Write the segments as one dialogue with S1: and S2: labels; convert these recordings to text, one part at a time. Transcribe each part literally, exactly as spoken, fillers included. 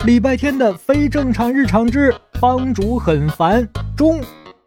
S1: 礼拜天的非正常日常之帮主很烦中。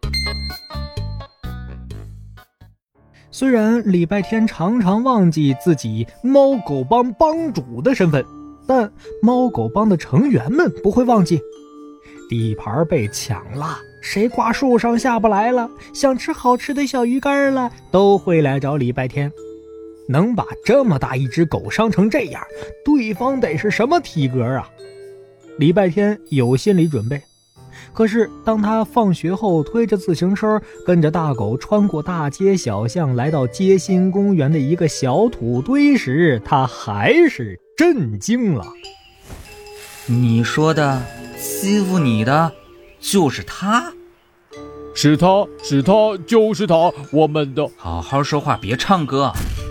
S1: 虽然礼拜天常常忘记自己猫狗帮帮主的身份，但猫狗帮的成员们不会忘记。地盘被抢了，谁挂树上下不来了，想吃好吃的小鱼干了，都会来找礼拜天。能把这么大一只狗伤成这样，对方得是什么体格啊？礼拜天有心理准备，可是当他放学后推着自行车跟着大狗穿过大街小巷，来到街心公园的一个小土堆时，他还是震惊了。
S2: 你说的欺负你的就是他？
S3: 是他是他就是他，我们的。
S2: 好好说话，别唱歌。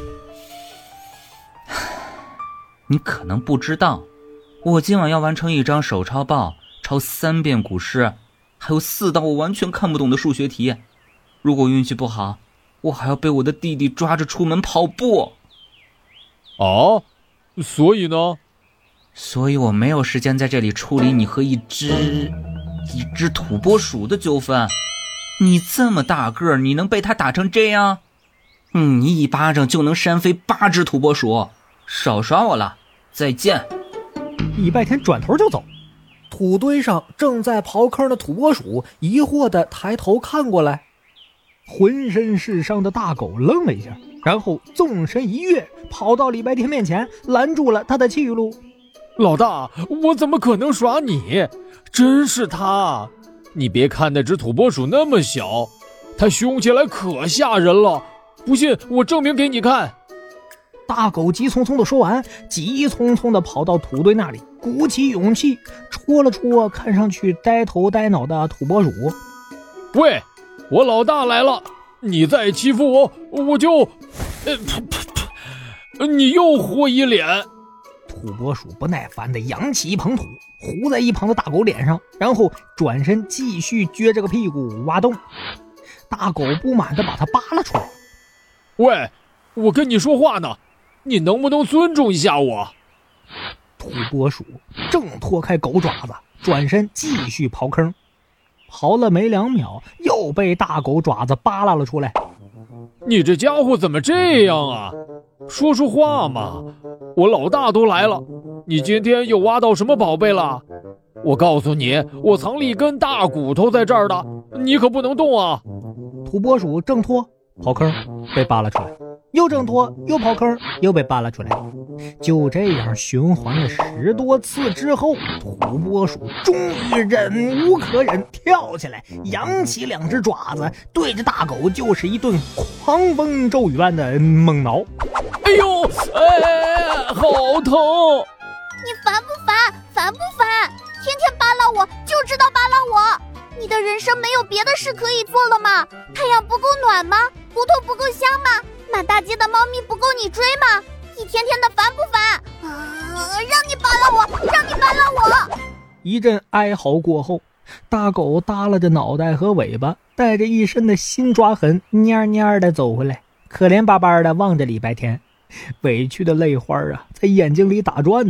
S2: 你可能不知道，我今晚要完成一张手抄报，抄三遍古诗，还有四道我完全看不懂的数学题。如果运气不好，我还要被我的弟弟抓着出门跑步。
S3: 啊？所以呢？
S2: 所以我没有时间在这里处理你和一只一只土拨鼠的纠纷。你这么大个儿，你能被他打成这样？嗯，你一巴掌就能扇飞八只土拨鼠。少耍我了，再见。
S1: 礼拜天转头就走。土堆上正在刨坑的土拨鼠疑惑地抬头看过来，浑身是伤的大狗愣了一下，然后纵身一跃，跑到礼拜天面前，拦住了他的去路。
S3: 老大，我怎么可能耍你？真是他！你别看那只土拨鼠那么小，它凶起来可吓人了，不信我证明给你看。
S1: 大狗急匆匆地说完，急匆匆地跑到土堆那里，鼓起勇气戳了戳看上去呆头呆脑的土拨鼠。
S3: 喂，我老大来了，你再欺负我，我就……呃，噗噗噗，你又活一脸。
S1: 土拨鼠不耐烦地扬起一捧土，糊在一旁的大狗脸上，然后转身继续撅着个屁股挖洞。大狗不满地把它扒拉出来。
S3: 喂，我跟你说话呢，你能不能尊重一下我？
S1: 土拨鼠正脱开狗爪子，转身继续刨坑，刨了没两秒，又被大狗爪子扒拉了出来。
S3: 你这家伙怎么这样啊？说说话嘛！我老大都来了，你今天又挖到什么宝贝了？我告诉你，我藏了一根大骨头在这儿的，你可不能动啊！
S1: 土拨鼠挣脱刨坑，被扒拉出来，又挣脱又刨坑，又被扒拉出来。就这样循环了十多次之后，土拨鼠终于忍无可忍，跳起来扬起两只爪子，对着大狗就是一顿狂风骤雨般的猛挠。
S3: 哎呦，哎，好疼！
S4: 你烦不烦？烦不烦？天天扒拉我，就知道扒拉我。你的人生没有别的事可以做了吗？太阳不够暖吗？骨头不够香吗？满大街的猫咪不够你追吗？一天天的烦不烦？啊，让你扒拉我，让你扒拉我！
S1: 一阵哀嚎过后，大狗耷拉着脑袋和尾巴，带着一身的新抓痕，蔫蔫的走回来，可怜巴巴的望着礼拜天，委屈的泪花啊，在眼睛里打转呢。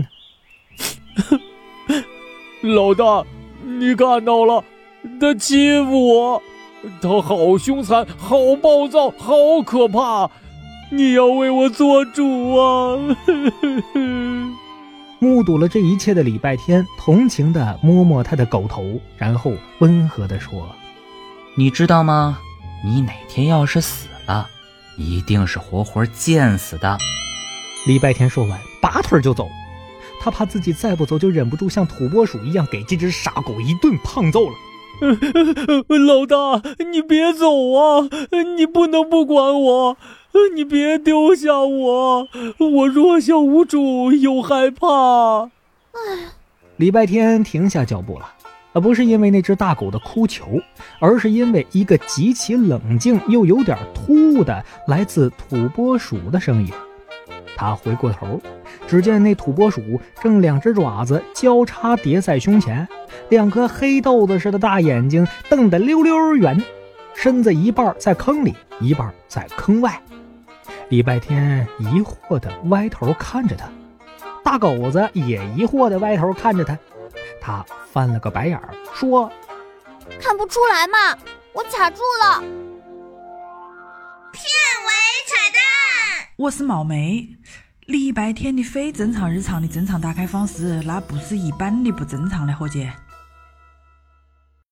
S3: 老大，你看到了，他欺负我，他好凶残，好暴躁，好可怕，你要为我做主啊！
S1: 目睹了这一切的礼拜天同情地摸摸他的狗头，然后温和地说：
S2: 你知道吗？你哪天要是死了，一定是活活贱死的。
S1: 礼拜天说完，拔腿就走。他怕自己再不走就忍不住像土拨鼠一样给这只傻狗一顿胖揍了。
S3: 老大，你别走啊！你不能不管我，你别丢下我，我弱小无助又害怕。
S4: 唉，
S1: 礼拜天停下脚步了，而不是因为那只大狗的哭求，而是因为一个极其冷静又有点突兀的来自土拨鼠的声音。他回过头，只见那土拨鼠正两只爪子交叉叠在胸前，两颗黑豆子似的大眼睛瞪得溜溜圆，身子一半在坑里，一半在坑外。礼拜天疑惑地歪头看着他，大狗子也疑惑地歪头看着他。 他翻了个白眼儿，说：“
S4: 看不出来嘛，我卡住了。”
S5: 片尾彩蛋，
S6: 我是冒昧。礼拜天的非正常日常的正常打开方式，那不是一般的不正常的，伙计。